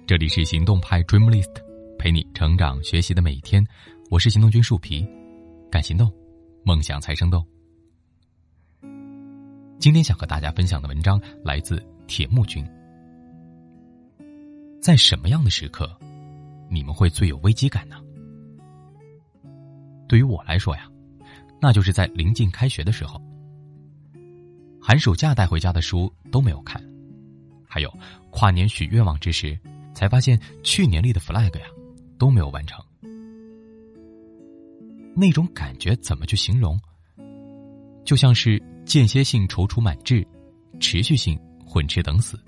这里是行动派 Dreamlist， 陪你成长学习的每一天。我是行动君树皮，敢行动，梦想才生动。今天想和大家分享的文章来自铁木君。在什么样的时刻，你们会最有危机感呢？对于我来说呀，那就是在临近开学的时候，寒暑假带回家的书都没有看，还有跨年许愿望之时，才发现去年立的 flag 呀都没有完成。那种感觉怎么去形容？就像是间歇性踌躇满志，持续性混吃等死。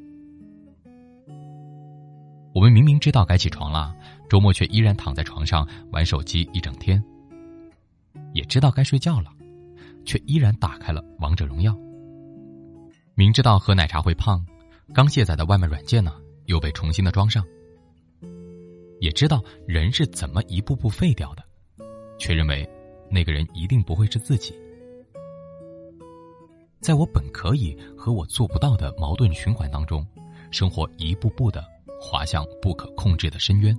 我们明明知道该起床了，周末却依然躺在床上玩手机一整天，也知道该睡觉了，却依然打开了王者荣耀。明知道喝奶茶会胖，刚卸载的外卖软件呢又被重新的装上。也知道人是怎么一步步废掉的，却认为那个人一定不会是自己。在我本可以和我做不到的矛盾循环当中，生活一步步的滑向不可控制的深渊。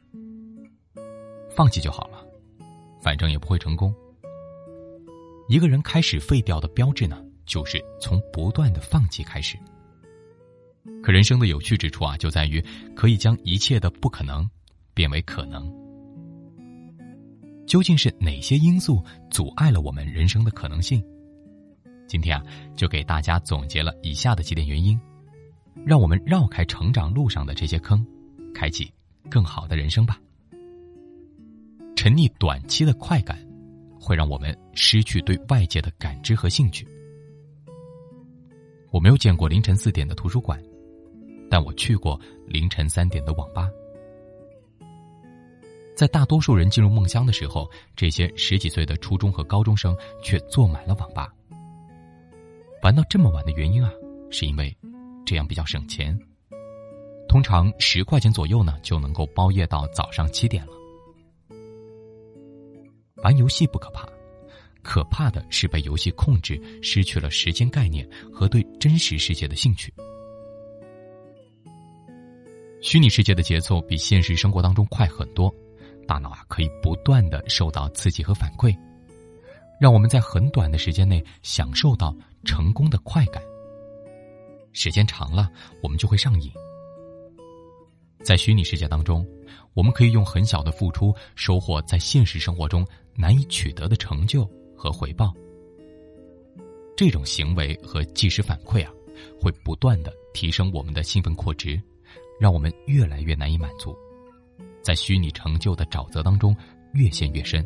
放弃就好了，反正也不会成功。一个人开始废掉的标志呢，就是从不断的放弃开始。可人生的有趣之处啊，就在于可以将一切的不可能变为可能。究竟是哪些因素阻碍了我们人生的可能性？今天啊，就给大家总结了以下的几点原因，让我们绕开成长路上的这些坑，开启更好的人生吧。沉溺短期的快感，会让我们失去对外界的感知和兴趣。我没有见过凌晨4点的图书馆，但我去过凌晨3点的网吧。在大多数人进入梦乡的时候，这些10几岁的初中和高中生却坐满了网吧。玩到这么晚的原因啊，是因为这样比较省钱，通常10块钱左右呢就能够包夜到早上7点了。玩游戏不可怕，可怕的是被游戏控制，失去了时间概念和对真实世界的兴趣。虚拟世界的节奏比现实生活当中快很多，大脑啊可以不断的受到刺激和反馈，让我们在很短的时间内享受到成功的快感。时间长了，我们就会上瘾。在虚拟世界当中，我们可以用很小的付出收获在现实生活中难以取得的成就和回报。这种行为和即时反馈啊，会不断的提升我们的兴奋扩值，让我们越来越难以满足，在虚拟成就的沼泽当中越陷越深。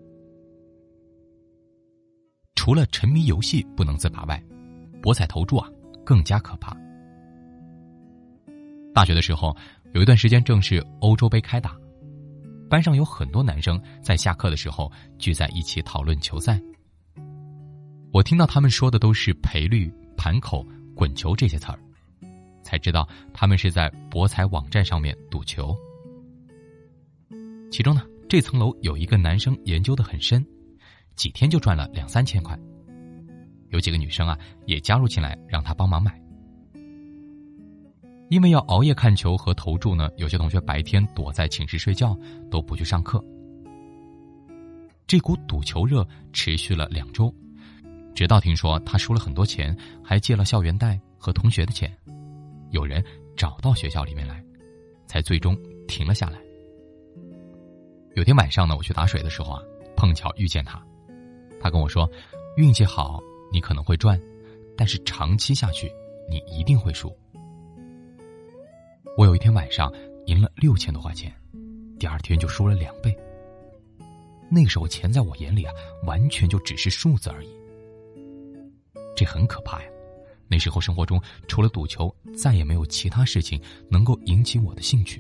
除了沉迷游戏不能自拔外，博彩投注啊更加可怕。大学的时候，有一段时间正是欧洲杯开打，班上有很多男生在下课的时候聚在一起讨论球赛。我听到他们说的都是赔率、盘口、滚球这些词儿，才知道他们是在博彩网站上面赌球。其中呢，这层楼有一个男生研究得很深，几天就赚了2-3千块。有几个女生啊也加入进来让他帮忙买。因为要熬夜看球和投注呢，有些同学白天躲在寝室睡觉，都不去上课。这股赌球热持续了2周，直到听说他输了很多钱，还借了校园贷和同学的钱，有人找到学校里面来，才最终停了下来。有天晚上呢，我去打水的时候啊，碰巧遇见他。他跟我说，运气好你可能会赚，但是长期下去你一定会输。我有一天晚上赢了6000多块钱，第二天就输了2倍。那个时候钱在我眼里啊，完全就只是数字而已。这很可怕呀。那时候生活中除了赌球，再也没有其他事情能够引起我的兴趣。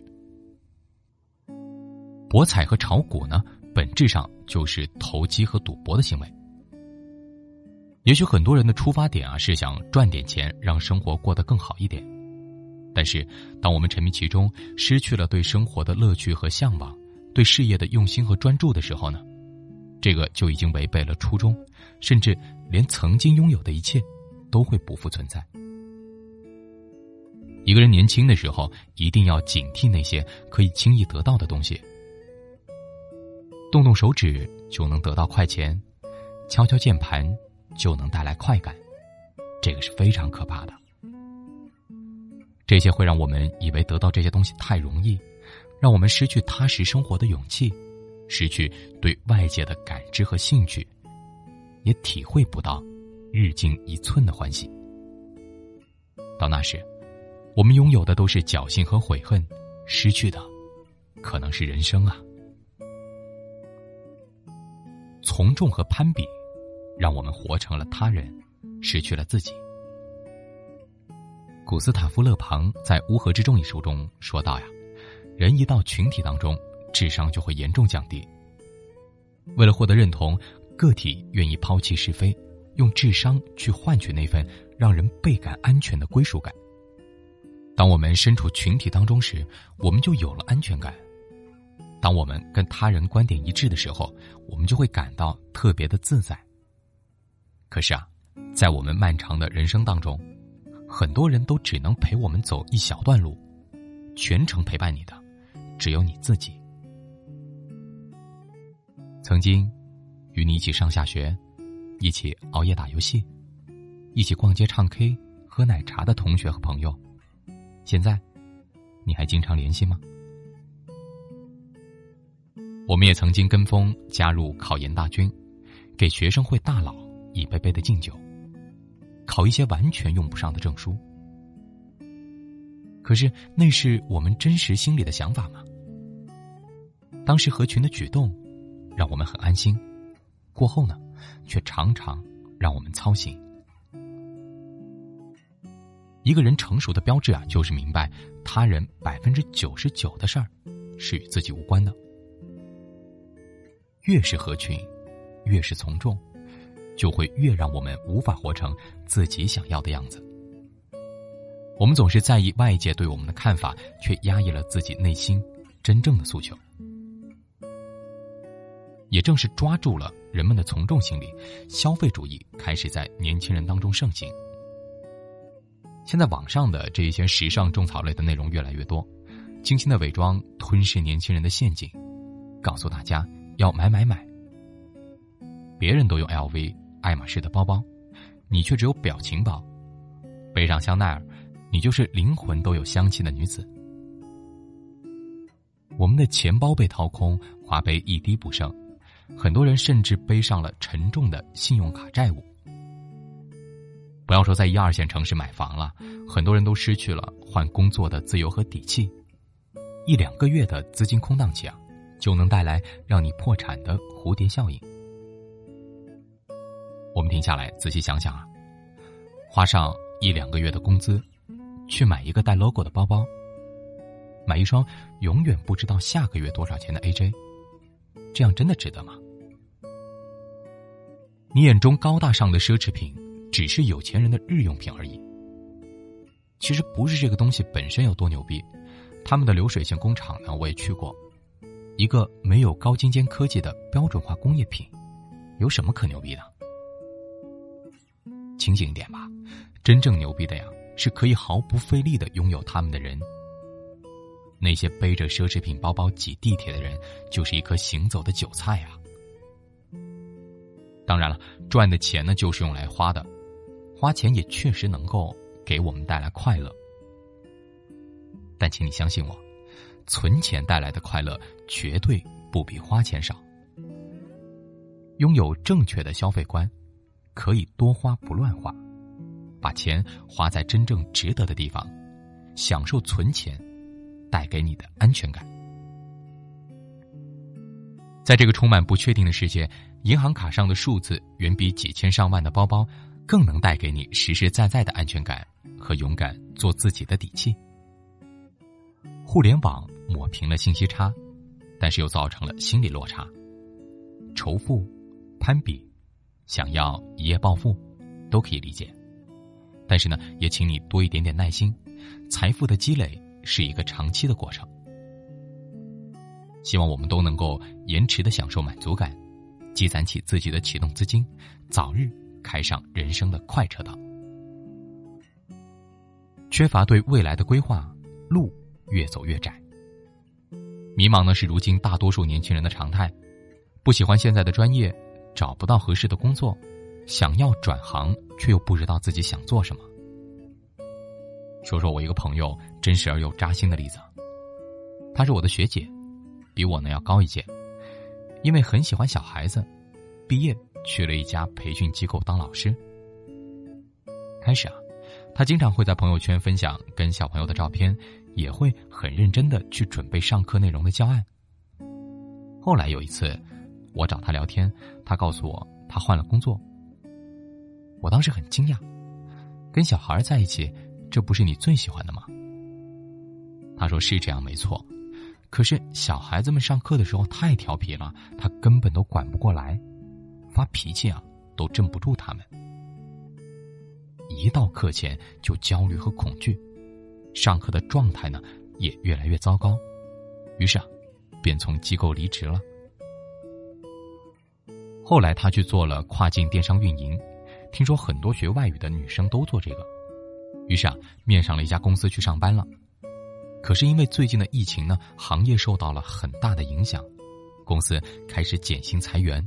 博彩和炒股呢，本质上就是投机和赌博的行为。也许很多人的出发点啊，是想赚点钱，让生活过得更好一点。但是当我们沉迷其中，失去了对生活的乐趣和向往，对事业的用心和专注的时候呢，这个就已经违背了初衷，甚至连曾经拥有的一切都会不复存在。 一个人年轻的时候，一定要警惕那些可以轻易得到的东西。动动手指就能得到快钱，敲敲键盘就能带来快感，这个是非常可怕的。这些会让我们以为得到这些东西太容易，让我们失去踏实生活的勇气，失去对外界的感知和兴趣，也体会不到日进一寸的欢喜。到那时，我们拥有的都是侥幸和悔恨，失去的可能是人生啊。从众和攀比，让我们活成了他人，失去了自己。古斯塔夫·勒庞在《乌合之众》一书中说道呀，人一到群体当中，智商就会严重降低。为了获得认同，个体愿意抛弃是非，用智商去换取那份让人倍感安全的归属感。当我们身处群体当中时，我们就有了安全感。当我们跟他人观点一致的时候，我们就会感到特别的自在。可是啊，在我们漫长的人生当中，很多人都只能陪我们走一小段路，全程陪伴你的只有你自己。曾经与你一起上下学，一起熬夜打游戏，一起逛街唱 K 喝奶茶的同学和朋友，现在你还经常联系吗？我们也曾经跟风加入考研大军，给学生会大佬一杯杯的敬酒，考一些完全用不上的证书。可是那是我们真实心里的想法吗？当时合群的举动让我们很安心，过后呢，却常常让我们操心。一个人成熟的标志啊，就是明白他人99%的事儿是与自己无关的。越是合群，越是从众，就会越让我们无法活成自己想要的样子。我们总是在意外界对我们的看法，却压抑了自己内心真正的诉求。也正是抓住了人们的从众心理，消费主义开始在年轻人当中盛行。现在网上的这一些时尚种草类的内容越来越多，精心的伪装吞噬年轻人的陷阱，告诉大家要买。别人都用 LV、爱马仕的包包，你却只有表情包；背上香奈儿，你就是灵魂都有香气的女子。我们的钱包被掏空，花呗一滴不剩，很多人甚至背上了沉重的信用卡债务。不要说在1、2线城市买房了，很多人都失去了换工作的自由和底气。1、2个月的资金空档期啊，就能带来让你破产的蝴蝶效应。我们停下来仔细想想啊，花上1、2个月的工资，去买一个带 logo 的包包，买一双永远不知道下个月多少钱的 AJ， 这样真的值得吗？你眼中高大上的奢侈品，只是有钱人的日用品而已。其实不是这个东西本身有多牛逼，他们的流水线工厂呢，我也去过。一个没有高精尖科技的标准化工业品，有什么可牛逼的？清醒一点吧，真正牛逼的呀，是可以毫不费力地拥有他们的人。那些背着奢侈品包包挤地铁的人，就是一颗行走的韭菜啊。当然了，赚的钱呢，就是用来花的，花钱也确实能够给我们带来快乐。但请你相信我，存钱带来的快乐绝对不比花钱少。拥有正确的消费观，可以多花不乱花，把钱花在真正值得的地方，享受存钱带给你的安全感。在这个充满不确定的世界，银行卡上的数字远比几千上万的包包更能带给你实实在在的安全感和勇敢做自己的底气。互联网抹平了信息差，但是又造成了心理落差。仇富、攀比、想要一夜暴富都可以理解，但是呢，也请你多一点点耐心，财富的积累是一个长期的过程。希望我们都能够延迟的享受满足感，积攒起自己的启动资金，早日开上人生的快车道。 缺乏对未来的规划，路越走越窄。迷茫呢是如今大多数年轻人的常态，不喜欢现在的专业，找不到合适的工作，想要转行却又不知道自己想做什么。说说我一个朋友真实而又扎心的例子。她是我的学姐，比我呢要高一届，因为很喜欢小孩子，毕业去了一家培训机构当老师。开始她经常会在朋友圈分享跟小朋友的照片，也会很认真的去准备上课内容的教案。后来有一次我找她聊天，她告诉我她换了工作。我当时很惊讶，跟小孩在一起，这不是你最喜欢的吗？她说是这样没错，可是小孩子们上课的时候太调皮了，她根本都管不过来，发脾气都镇不住他们。一到课前就焦虑和恐惧，上课的状态呢也越来越糟糕，于是便从机构离职了。后来他去做了跨境电商运营，听说很多学外语的女生都做这个，于是面上了一家公司去上班了。可是因为最近的疫情呢，行业受到了很大的影响，公司开始减薪裁员。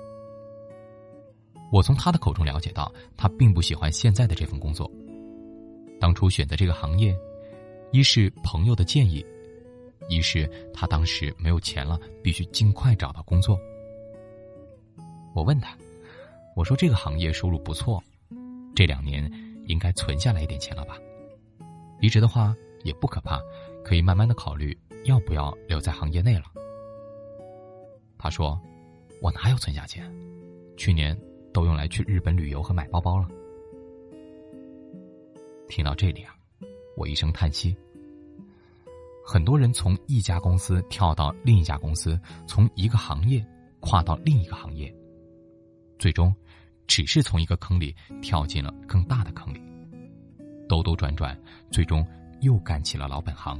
我从他的口中了解到，他并不喜欢现在的这份工作。当初选择这个行业，一是朋友的建议，一是他当时没有钱了，必须尽快找到工作。我问他，我说这个行业收入不错，这2年应该存下来一点钱了吧？离职的话也不可怕，可以慢慢的考虑要不要留在行业内了。他说，我哪有存下钱，去年都用来去日本旅游和买包包了。听到这里我一声叹息。很多人从一家公司跳到另一家公司，从一个行业跨到另一个行业，最终只是从一个坑里跳进了更大的坑里，兜兜转转，最终又干起了老本行。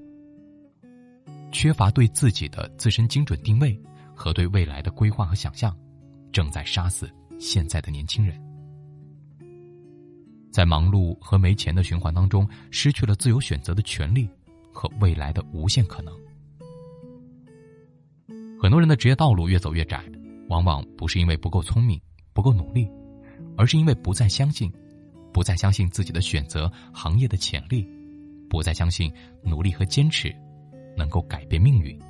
缺乏对自己的自身精准定位和对未来的规划和想象，正在杀死现在的年轻人。在忙碌和没钱的循环当中，失去了自由选择的权利和未来的无限可能。很多人的职业道路越走越窄，往往不是因为不够聪明、不够努力，而是因为不再相信自己的选择、行业的潜力，不再相信努力和坚持能够改变命运。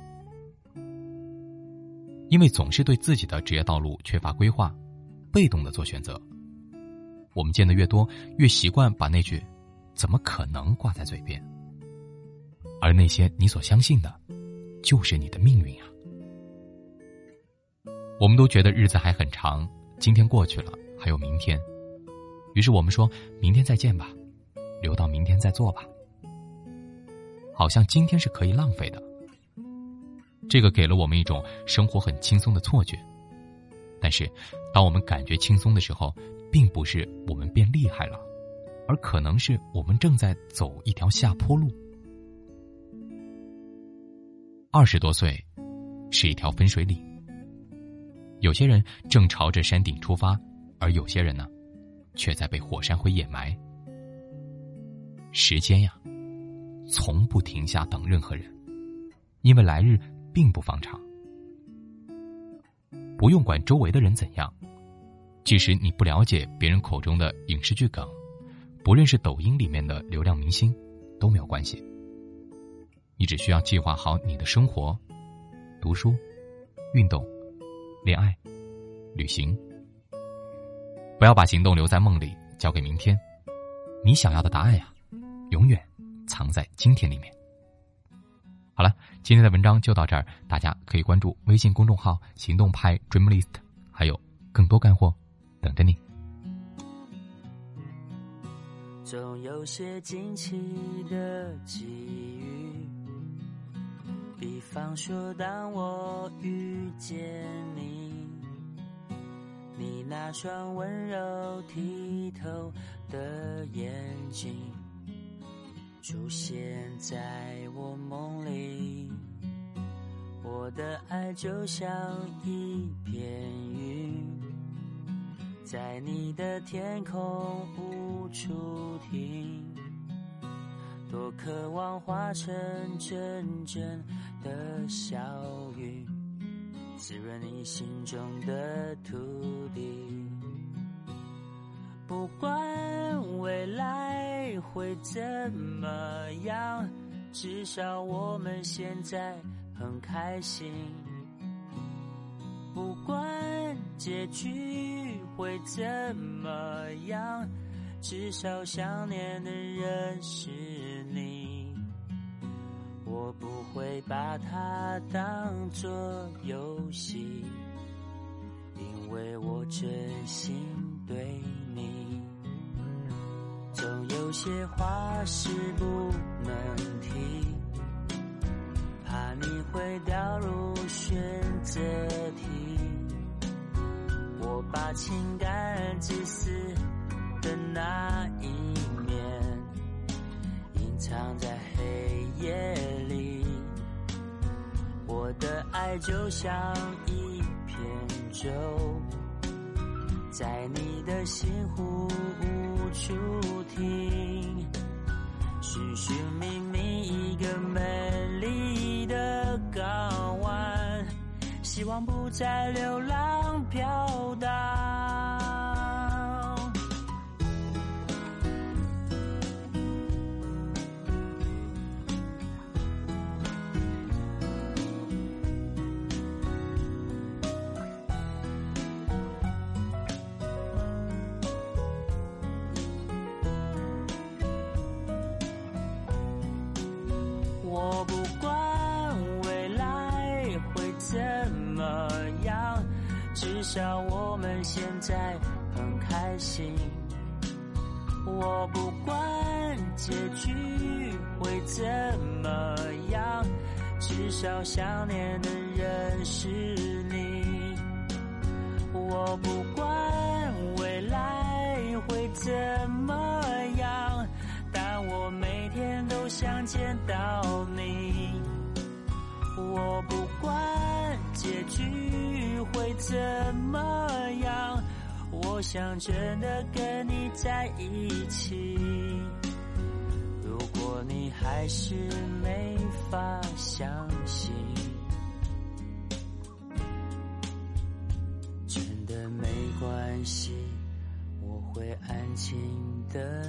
因为总是对自己的职业道路缺乏规划，被动的做选择，我们见得越多，越习惯把那句怎么可能挂在嘴边，而那些你所相信的就是你的命运我们都觉得日子还很长，今天过去了还有明天，于是我们说明天再见吧，留到明天再做吧，好像今天是可以浪费的。这个给了我们一种生活很轻松的错觉，但是当我们感觉轻松的时候，并不是我们变厉害了，而可能是我们正在走一条下坡路。20多岁是一条分水岭，有些人正朝着山顶出发，而有些人呢，却在被火山灰掩埋。时间从不停下等任何人，因为来日并不方长。不用管周围的人怎样，即使你不了解别人口中的影视剧梗，不认识抖音里面的流量明星，都没有关系。你只需要计划好你的生活，读书、运动、恋爱、旅行。不要把行动留在梦里，交给明天。你想要的答案永远藏在今天里面。好了，今天的文章就到这儿，大家可以关注微信公众号行动派 Dreamlist， 还有更多干货等着你。 总有些惊奇的际遇，比方说当我遇见你，你那双温柔剔透的眼睛出现在我梦里，我的爱就像一片云，在你的天空无处停， 多渴望化成阵阵的小雨，滋润你心中的土地。不管未来会怎么样，至少我们现在很开心。不管结局会怎么样，至少想念的人是你。我不会把它当作游戏，因为我真心对你。总有些话是不能提，怕你会掉入选择题。我把情感自私的那一面隐藏在黑夜里，我的爱就像一片舟，在你的心湖无处停，寻寻觅觅一个美丽的港湾，希望不再流浪飘荡。我不管未来会怎么样，至少我们现在很开心。我不管结局会怎么样，至少想念的人是你。我不管未来会怎么样，但我每天都想见到你。我不管结局会怎么样，我想真的跟你在一起。如果你还是没法相信，真的没关系，我会安静的